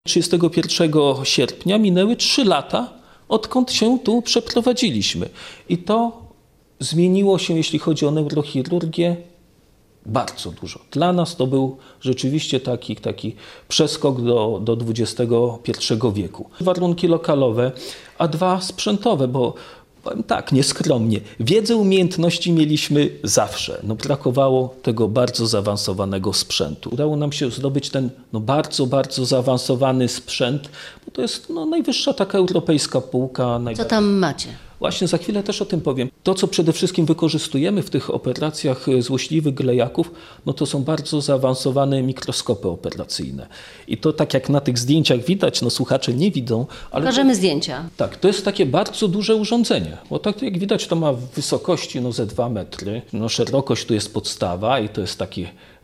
31 sierpnia minęły 3 lata, odkąd się tu przeprowadziliśmy. I to zmieniło się, jeśli chodzi o neurochirurgię, bardzo dużo. Dla nas to był rzeczywiście taki przeskok do XXI wieku. Warunki lokalowe, a 2 sprzętowe, bo powiem tak, nieskromnie, wiedzę, umiejętności mieliśmy zawsze. Brakowało tego bardzo zaawansowanego sprzętu. Udało nam się zdobyć ten bardzo zaawansowany sprzęt, bo to jest najwyższa taka europejska półka. Co tam macie? Właśnie za chwilę też o tym powiem. To, co przede wszystkim wykorzystujemy w tych operacjach złośliwych glejaków, to są bardzo zaawansowane mikroskopy operacyjne. I to tak jak na tych zdjęciach widać, słuchacze nie widzą. Ale pokażemy zdjęcia. Tak, to jest takie bardzo duże urządzenie, bo tak jak widać to ma wysokości ze 2 metry. Szerokość tu jest podstawa i to jest taki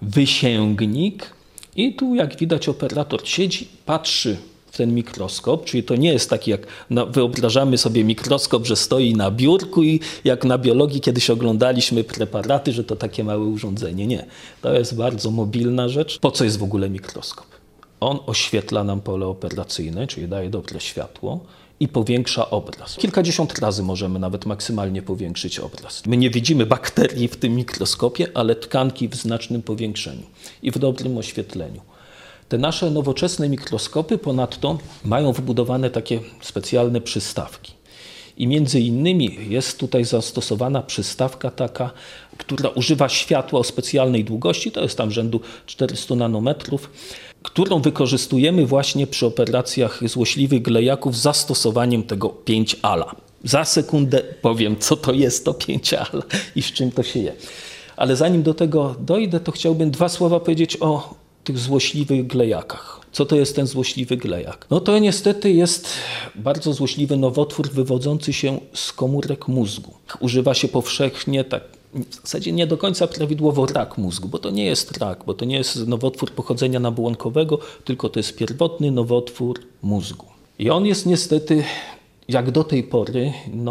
wysięgnik. I tu jak widać operator siedzi, patrzy w ten mikroskop, czyli to nie jest taki jak wyobrażamy sobie mikroskop, że stoi na biurku i jak na biologii kiedyś oglądaliśmy preparaty, że to takie małe urządzenie. Nie, to jest bardzo mobilna rzecz. Po co jest w ogóle mikroskop? On oświetla nam pole operacyjne, czyli daje dobre światło i powiększa obraz. Kilkadziesiąt razy możemy nawet maksymalnie powiększyć obraz. My nie widzimy bakterii w tym mikroskopie, ale tkanki w znacznym powiększeniu i w dobrym oświetleniu. Te nasze nowoczesne mikroskopy ponadto mają wbudowane takie specjalne przystawki. I między innymi jest tutaj zastosowana przystawka taka, która używa światła o specjalnej długości, to jest tam rzędu 400 nanometrów, którą wykorzystujemy właśnie przy operacjach złośliwych glejaków z zastosowaniem tego 5-ala. Za sekundę powiem, co to jest to 5-ala i z czym to się je. Ale zanim do tego dojdę, to chciałbym 2 słowa powiedzieć o tych złośliwych glejakach. Co to jest ten złośliwy glejak? To niestety jest bardzo złośliwy nowotwór wywodzący się z komórek mózgu. Używa się powszechnie, w zasadzie nie do końca prawidłowo rak mózgu, bo to nie jest rak, bo to nie jest nowotwór pochodzenia nabłonkowego, tylko to jest pierwotny nowotwór mózgu. I on jest niestety, jak do tej pory,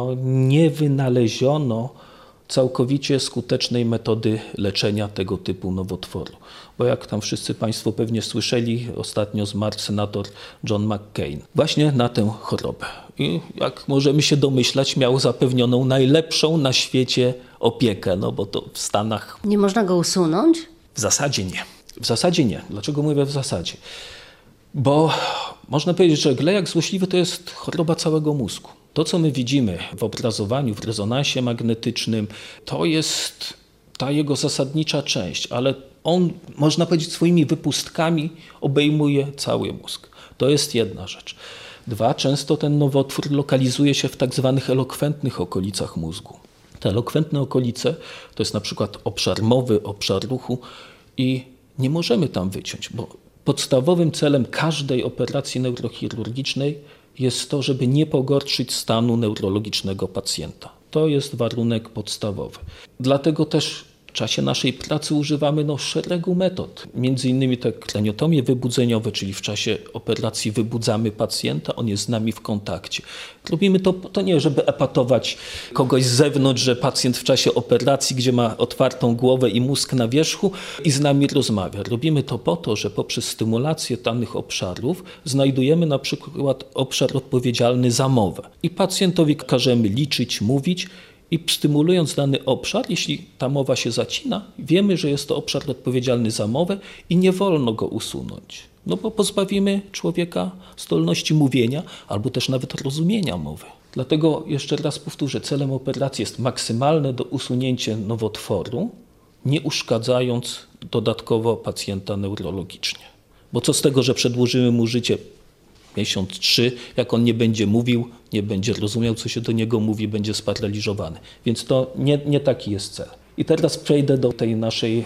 nie wynaleziono całkowicie skutecznej metody leczenia tego typu nowotworu. Bo jak tam wszyscy Państwo pewnie słyszeli, ostatnio zmarł senator John McCain właśnie na tę chorobę. I jak możemy się domyślać, miał zapewnioną najlepszą na świecie opiekę, bo to w Stanach... Nie można go usunąć? W zasadzie nie. W zasadzie nie. Dlaczego mówię w zasadzie? Bo można powiedzieć, że glejak złośliwy to jest choroba całego mózgu. To, co my widzimy w obrazowaniu, w rezonansie magnetycznym, to jest ta jego zasadnicza część, ale on, można powiedzieć, swoimi wypustkami obejmuje cały mózg. To jest jedna rzecz. 2, często ten nowotwór lokalizuje się w tak zwanych elokwentnych okolicach mózgu. Te elokwentne okolice to jest na przykład obszar mowy, obszar ruchu i nie możemy tam wyciąć, bo podstawowym celem każdej operacji neurochirurgicznej jest to, żeby nie pogorszyć stanu neurologicznego pacjenta. To jest warunek podstawowy. Dlatego też w czasie naszej pracy używamy szeregu metod. Między innymi te kraniotomie wybudzeniowe, czyli w czasie operacji wybudzamy pacjenta, on jest z nami w kontakcie. Robimy to nie, żeby epatować kogoś z zewnątrz, że pacjent w czasie operacji, gdzie ma otwartą głowę i mózg na wierzchu i z nami rozmawia. Robimy to po to, że poprzez stymulację danych obszarów znajdujemy na przykład obszar odpowiedzialny za mowę. I pacjentowi każemy liczyć, mówić, i stymulując dany obszar, jeśli ta mowa się zacina, wiemy, że jest to obszar odpowiedzialny za mowę i nie wolno go usunąć. Bo pozbawimy człowieka zdolności mówienia albo też nawet rozumienia mowy. Dlatego jeszcze raz powtórzę, celem operacji jest maksymalne usunięcie nowotworu, nie uszkadzając dodatkowo pacjenta neurologicznie. Bo co z tego, że przedłużymy mu życie miesiąc, 3, jak on nie będzie mówił, nie będzie rozumiał, co się do niego mówi, będzie sparaliżowany. Więc to nie taki jest cel. I teraz przejdę do tej naszej,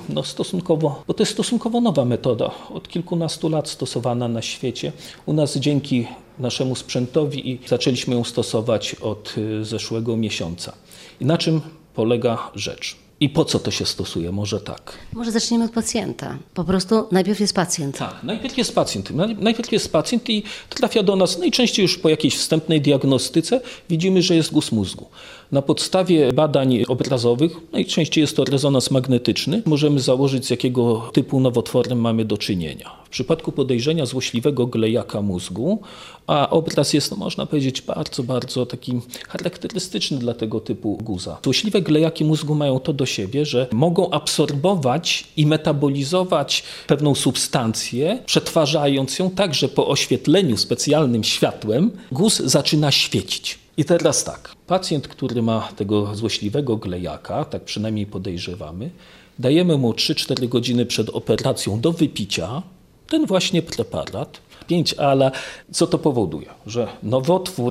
bo to jest stosunkowo nowa metoda, od kilkunastu lat stosowana na świecie. U nas dzięki naszemu sprzętowi i zaczęliśmy ją stosować od zeszłego miesiąca. I na czym polega rzecz? I po co to się stosuje? Może tak. Może zaczniemy od pacjenta. Po prostu najpierw jest pacjent. Tak, najpierw jest pacjent. Najpierw jest pacjent i trafia do nas najczęściej już po jakiejś wstępnej diagnostyce. Widzimy, że jest guz mózgu. Na podstawie badań obrazowych, najczęściej jest to rezonans magnetyczny, możemy założyć, z jakiego typu nowotworem mamy do czynienia. W przypadku podejrzenia złośliwego glejaka mózgu, a obraz jest, no można powiedzieć, bardzo, bardzo taki charakterystyczny dla tego typu guza. Złośliwe glejaki mózgu mają to do siebie, że mogą absorbować i metabolizować pewną substancję, przetwarzając ją tak, że po oświetleniu specjalnym światłem guz zaczyna świecić. I teraz tak, pacjent, który ma tego złośliwego glejaka, tak przynajmniej podejrzewamy, dajemy mu 3-4 godziny przed operacją do wypicia ten właśnie preparat 5-ALA. Co to powoduje? Że nowotwór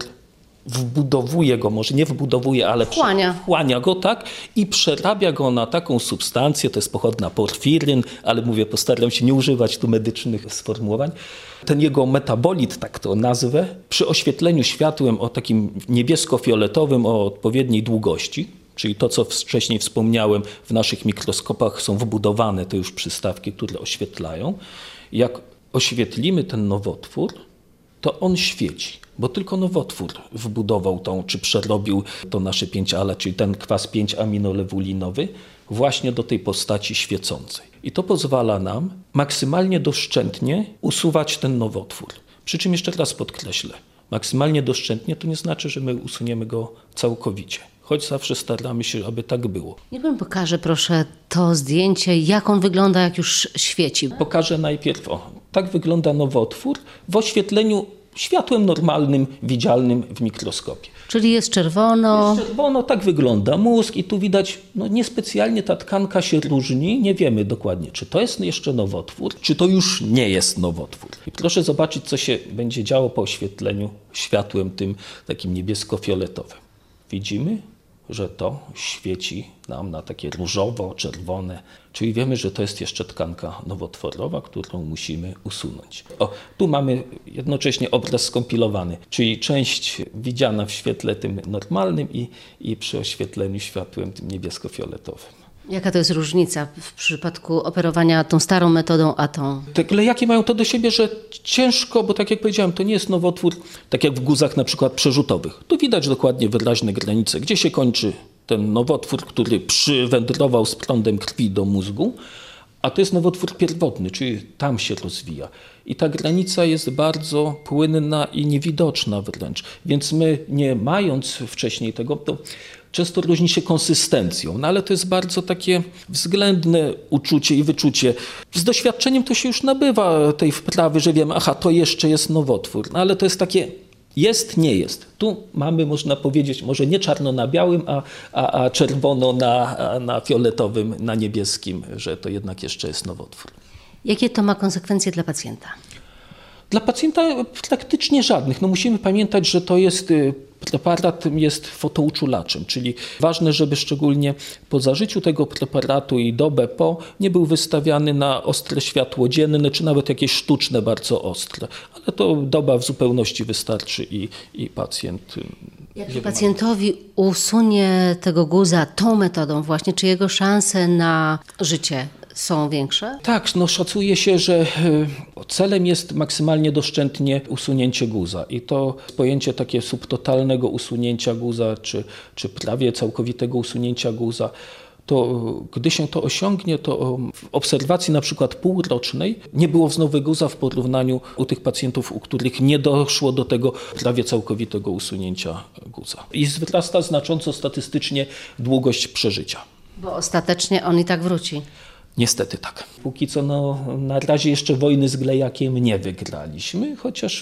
wbudowuje go, może nie wbudowuje, ale wchłania go, tak, i przerabia go na taką substancję, to jest pochodna porfiryn, ale mówię, postaram się nie używać tu medycznych sformułowań. Ten jego metabolit, tak to nazwę, przy oświetleniu światłem o takim niebiesko-fioletowym, o odpowiedniej długości, czyli to, co wcześniej wspomniałem, w naszych mikroskopach są wbudowane te już przystawki, które oświetlają. Jak oświetlimy ten nowotwór, to on świeci, bo tylko nowotwór wbudował tą, czy przerobił to nasze 5-ALA, czyli ten kwas 5-aminolewulinowy, właśnie do tej postaci świecącej. I to pozwala nam maksymalnie doszczętnie usuwać ten nowotwór. Przy czym jeszcze raz podkreślę, maksymalnie doszczętnie to nie znaczy, że my usuniemy go całkowicie. Choć zawsze staramy się, aby tak było. Niech pan pokaże, proszę, to zdjęcie, jak on wygląda, jak już świeci. Pokażę najpierw, tak wygląda nowotwór w oświetleniu światłem normalnym, widzialnym w mikroskopie. Czyli jest czerwono. Jest czerwono, tak wygląda mózg i tu widać, no niespecjalnie ta tkanka się różni, nie wiemy dokładnie, czy to jest jeszcze nowotwór, czy to już nie jest nowotwór. I proszę zobaczyć, co się będzie działo po oświetleniu światłem tym takim niebiesko-fioletowym. Widzimy, że to świeci nam na takie różowo-czerwone, czyli wiemy, że to jest jeszcze tkanka nowotworowa, którą musimy usunąć. Tu mamy jednocześnie obraz skompilowany, czyli część widziana w świetle tym normalnym i przy oświetleniu światłem tym niebiesko-fioletowym. Jaka to jest różnica w przypadku operowania tą starą metodą, a tą? Te glejaki mają to do siebie, że ciężko, bo tak jak powiedziałem, to nie jest nowotwór, tak jak w guzach na przykład przerzutowych. Tu widać dokładnie wyraźne granice, gdzie się kończy ten nowotwór, który przywędrował z prądem krwi do mózgu, a to jest nowotwór pierwotny, czyli tam się rozwija. I ta granica jest bardzo płynna i niewidoczna wręcz. Więc my, nie mając wcześniej tego, to często różni się konsystencją, no ale to jest bardzo takie względne uczucie i wyczucie. Z doświadczeniem to się już nabywa tej wprawy, że wiemy, aha, to jeszcze jest nowotwór, no ale to jest takie jest, nie jest. Tu mamy, można powiedzieć, może nie czarno na białym, a czerwono na fioletowym, na niebieskim, że to jednak jeszcze jest nowotwór. Jakie to ma konsekwencje dla pacjenta? Dla pacjenta praktycznie żadnych. No musimy pamiętać, że to jest preparat jest fotouczulaczem, czyli ważne, żeby szczególnie po zażyciu tego preparatu i dobę po nie był wystawiany na ostre światło dzienne, czy nawet jakieś sztuczne, bardzo ostre. Ale to doba w zupełności wystarczy i pacjent... Jak się pacjentowi usunie tego guza tą metodą właśnie, czy jego szanse na życie są większe? Tak, no szacuje się, że celem jest maksymalnie doszczętnie usunięcie guza i to pojęcie takie subtotalnego usunięcia guza, czy prawie całkowitego usunięcia guza, to gdy się to osiągnie, to w obserwacji na przykład półrocznej nie było wznowy guza w porównaniu u tych pacjentów, u których nie doszło do tego prawie całkowitego usunięcia guza. I wzrasta znacząco statystycznie długość przeżycia. Bo ostatecznie on i tak wróci. Niestety tak. Póki co na razie jeszcze wojny z glejakiem nie wygraliśmy, chociaż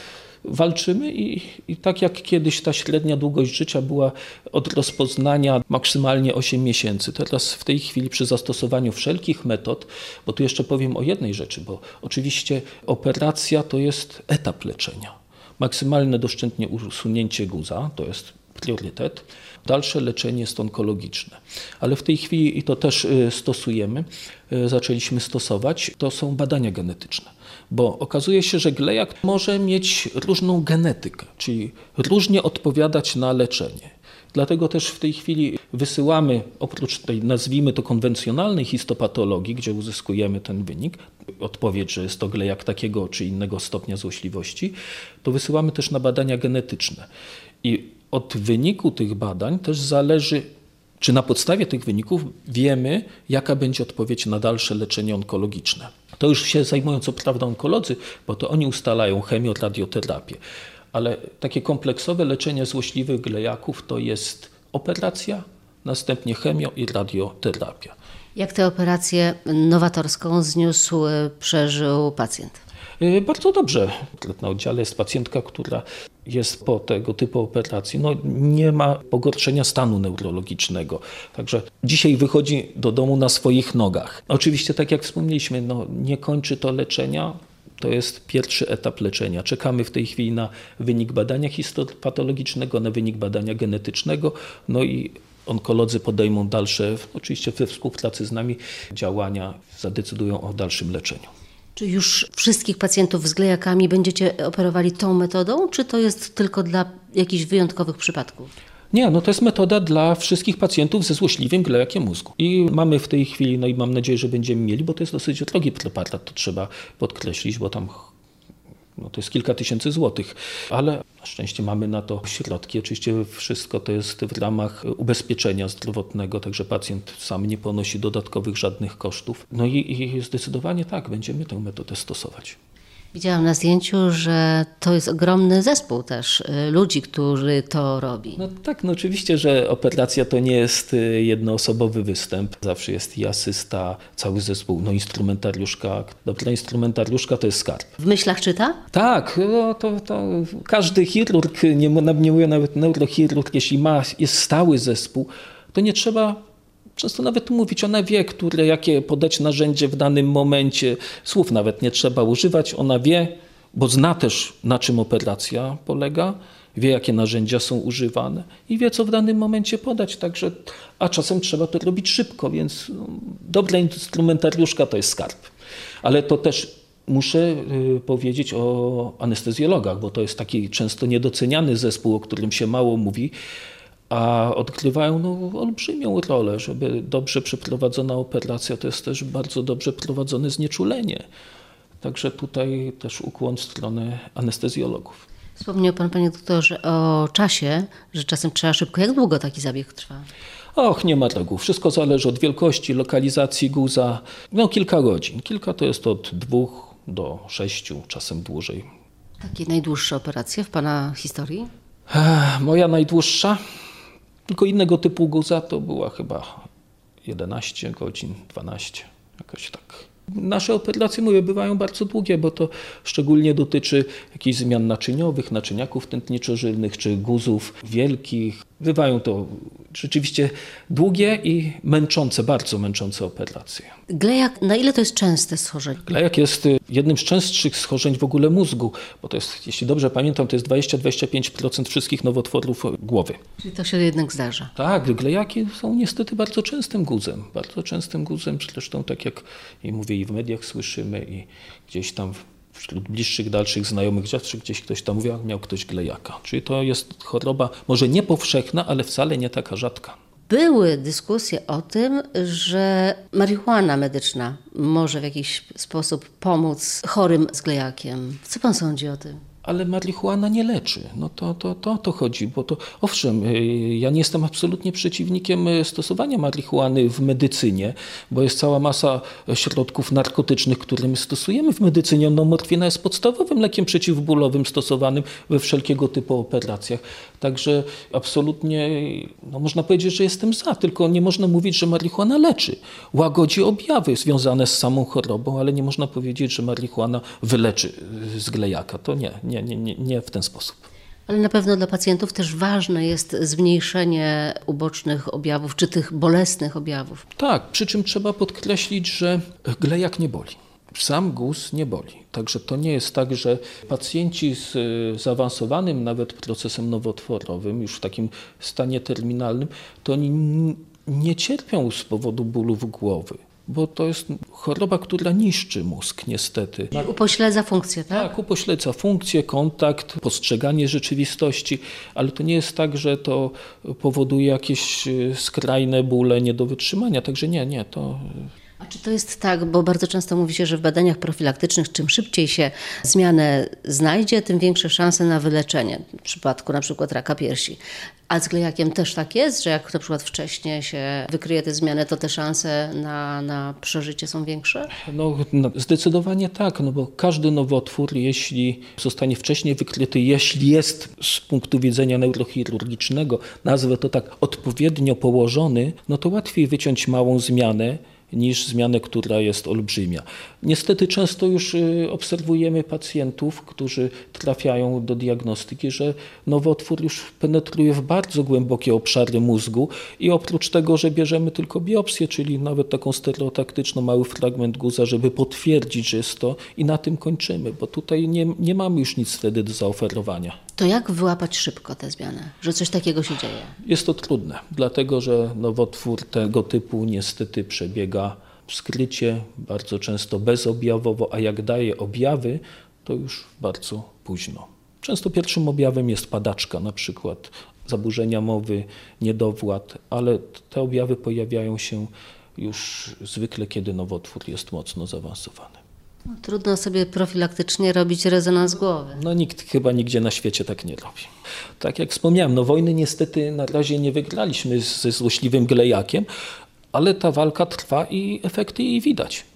walczymy i tak jak kiedyś ta średnia długość życia była od rozpoznania maksymalnie 8 miesięcy. Teraz w tej chwili przy zastosowaniu wszelkich metod, bo tu jeszcze powiem o jednej rzeczy, bo oczywiście operacja to jest etap leczenia. Maksymalne doszczętnie usunięcie guza to jest priorytet. Dalsze leczenie jest onkologiczne. Ale w tej chwili, i to też stosujemy, zaczęliśmy stosować, to są badania genetyczne. Bo okazuje się, że glejak może mieć różną genetykę, czyli różnie odpowiadać na leczenie. Dlatego też w tej chwili wysyłamy, oprócz tej, nazwijmy to, konwencjonalnej histopatologii, gdzie uzyskujemy ten wynik, odpowiedź, że jest to glejak takiego czy innego stopnia złośliwości, to wysyłamy też na badania genetyczne. I od wyniku tych badań też zależy, Czy na podstawie tych wyników wiemy, jaka będzie odpowiedź na dalsze leczenie onkologiczne? To już się zajmują co prawda onkolodzy, bo to oni ustalają chemioradioterapię. Ale takie kompleksowe leczenie złośliwych glejaków to jest operacja, następnie chemio i radioterapia. Jak tę operację nowatorską zniósł, przeżył pacjent? Bardzo dobrze. Na oddziale jest pacjentka, która jest po tego typu operacji. Nie ma pogorszenia stanu neurologicznego. Także dzisiaj wychodzi do domu na swoich nogach. Oczywiście, tak jak wspomnieliśmy, nie kończy to leczenia. To jest pierwszy etap leczenia. Czekamy w tej chwili na wynik badania histopatologicznego, na wynik badania genetycznego, i onkolodzy podejmą dalsze, oczywiście we współpracy z nami, działania, zadecydują o dalszym leczeniu. Czy już wszystkich pacjentów z glejakami będziecie operowali tą metodą, czy to jest tylko dla jakichś wyjątkowych przypadków? Nie, to jest metoda dla wszystkich pacjentów ze złośliwym glejakiem mózgu. I mamy w tej chwili, i mam nadzieję, że będziemy mieli, bo to jest dosyć drogi preparat, to trzeba podkreślić, bo tam to jest kilka tysięcy złotych, ale na szczęście mamy na to środki. Oczywiście wszystko to jest w ramach ubezpieczenia zdrowotnego, także pacjent sam nie ponosi dodatkowych żadnych kosztów. I zdecydowanie tak, będziemy tę metodę stosować. Widziałam na zdjęciu, że to jest ogromny zespół też ludzi, którzy to robi. Tak, oczywiście, że operacja to nie jest jednoosobowy występ. Zawsze jest i asysta, cały zespół, instrumentariuszka. Dobra instrumentariuszka to jest skarb. W myślach czyta? Tak, to każdy chirurg, nie mówię nawet neurochirurg, jeśli jest stały zespół, to nie trzeba często nawet mówić, ona wie, jakie podać narzędzie w danym momencie. Słów nawet nie trzeba używać, ona wie, bo zna też, na czym operacja polega, wie, jakie narzędzia są używane i wie, co w danym momencie podać. Także, a czasem trzeba to robić szybko, więc dobra instrumentariuszka to jest skarb. Ale to też muszę powiedzieć o anestezjologach, bo to jest taki często niedoceniany zespół, o którym się mało mówi, a odgrywają olbrzymią rolę. Żeby dobrze przeprowadzona operacja, to jest też bardzo dobrze prowadzone znieczulenie. Także tutaj też ukłon w stronę anestezjologów. Wspomniał pan, panie doktorze, o czasie, że czasem trzeba szybko. Jak długo taki zabieg trwa? Nie ma reguł. Wszystko zależy od wielkości, lokalizacji guza. Kilka godzin. Kilka to jest od 2 do 6, czasem dłużej. Takie najdłuższe operacje w pana historii? Moja najdłuższa, tylko innego typu guza, to była chyba 11 godzin, 12, jakoś tak. Nasze operacje, bywają bardzo długie, bo to szczególnie dotyczy jakichś zmian naczyniowych, naczyniaków tętniczo-żylnych czy guzów wielkich. Bywają to rzeczywiście długie i męczące, bardzo męczące operacje. Glejak, na ile to jest częste schorzenie? Glejak jest jednym z częstszych schorzeń w ogóle mózgu, bo to jest, jeśli dobrze pamiętam, to jest 20-25% wszystkich nowotworów głowy. Czyli to się jednak zdarza. Tak, glejaki są niestety bardzo częstym guzem, zresztą tak jak mówię i w mediach słyszymy i gdzieś tam wśród bliższych, dalszych znajomych zawsze gdzieś ktoś tam mówi, miał ktoś glejaka. Czyli to jest choroba może nie powszechna, ale wcale nie taka rzadka. Były dyskusje o tym, że marihuana medyczna może w jakiś sposób pomóc chorym z glejakiem. Co pan sądzi o tym? Ale marihuana nie leczy. To chodzi, bo to owszem, ja nie jestem absolutnie przeciwnikiem stosowania marihuany w medycynie, bo jest cała masa środków narkotycznych, które my stosujemy w medycynie. Morfina jest podstawowym lekiem przeciwbólowym stosowanym we wszelkiego typu operacjach. Także absolutnie, można powiedzieć, że jestem za, tylko nie można mówić, że marihuana leczy. Łagodzi objawy związane z samą chorobą, ale nie można powiedzieć, że marihuana wyleczy z glejaka. To nie w ten sposób. Ale na pewno dla pacjentów też ważne jest zmniejszenie ubocznych objawów, czy tych bolesnych objawów. Tak, przy czym trzeba podkreślić, że glejak nie boli. Sam guz nie boli. Także to nie jest tak, że pacjenci z zaawansowanym nawet procesem nowotworowym, już w takim stanie terminalnym, to oni nie cierpią z powodu bólów głowy. Bo to jest choroba, która niszczy mózg niestety. Upośledza funkcję, tak? Tak, upośledza funkcję, kontakt, postrzeganie rzeczywistości, ale to nie jest tak, że to powoduje jakieś skrajne bóle nie do wytrzymania. Także nie, to... A czy to jest tak, bo bardzo często mówi się, że w badaniach profilaktycznych czym szybciej się zmianę znajdzie, tym większe szanse na wyleczenie, w przypadku na przykład raka piersi. A z glejakiem też tak jest, że jak na przykład wcześniej się wykryje te zmiany, to te szanse na przeżycie są większe? No, zdecydowanie tak, no bo każdy nowotwór, jeśli zostanie wcześniej wykryty, jeśli jest z punktu widzenia neurochirurgicznego, nazwę to tak, odpowiednio położony, no to łatwiej wyciąć małą zmianę niż zmianę, która jest olbrzymia. Niestety często już obserwujemy pacjentów, którzy trafiają do diagnostyki, że nowotwór już penetruje w bardzo głębokie obszary mózgu i oprócz tego, że bierzemy tylko biopsję, czyli nawet taką stereotaktyczną, mały fragment guza, żeby potwierdzić, że jest to i na tym kończymy, bo tutaj nie mamy już nic wtedy do zaoferowania. To jak wyłapać szybko tę zmianę, że coś takiego się dzieje? Jest to trudne, dlatego że nowotwór tego typu niestety przebiega w skrycie, bardzo często bezobjawowo, a jak daje objawy, to już bardzo późno. Często pierwszym objawem jest padaczka, na przykład zaburzenia mowy, niedowład, ale te objawy pojawiają się już zwykle, kiedy nowotwór jest mocno zaawansowany. Trudno sobie profilaktycznie robić rezonans głowy. No nikt chyba nigdzie na świecie tak nie robi. Tak jak wspomniałem, no wojny niestety na razie nie wygraliśmy ze złośliwym glejakiem, ale ta walka trwa i efekty jej widać.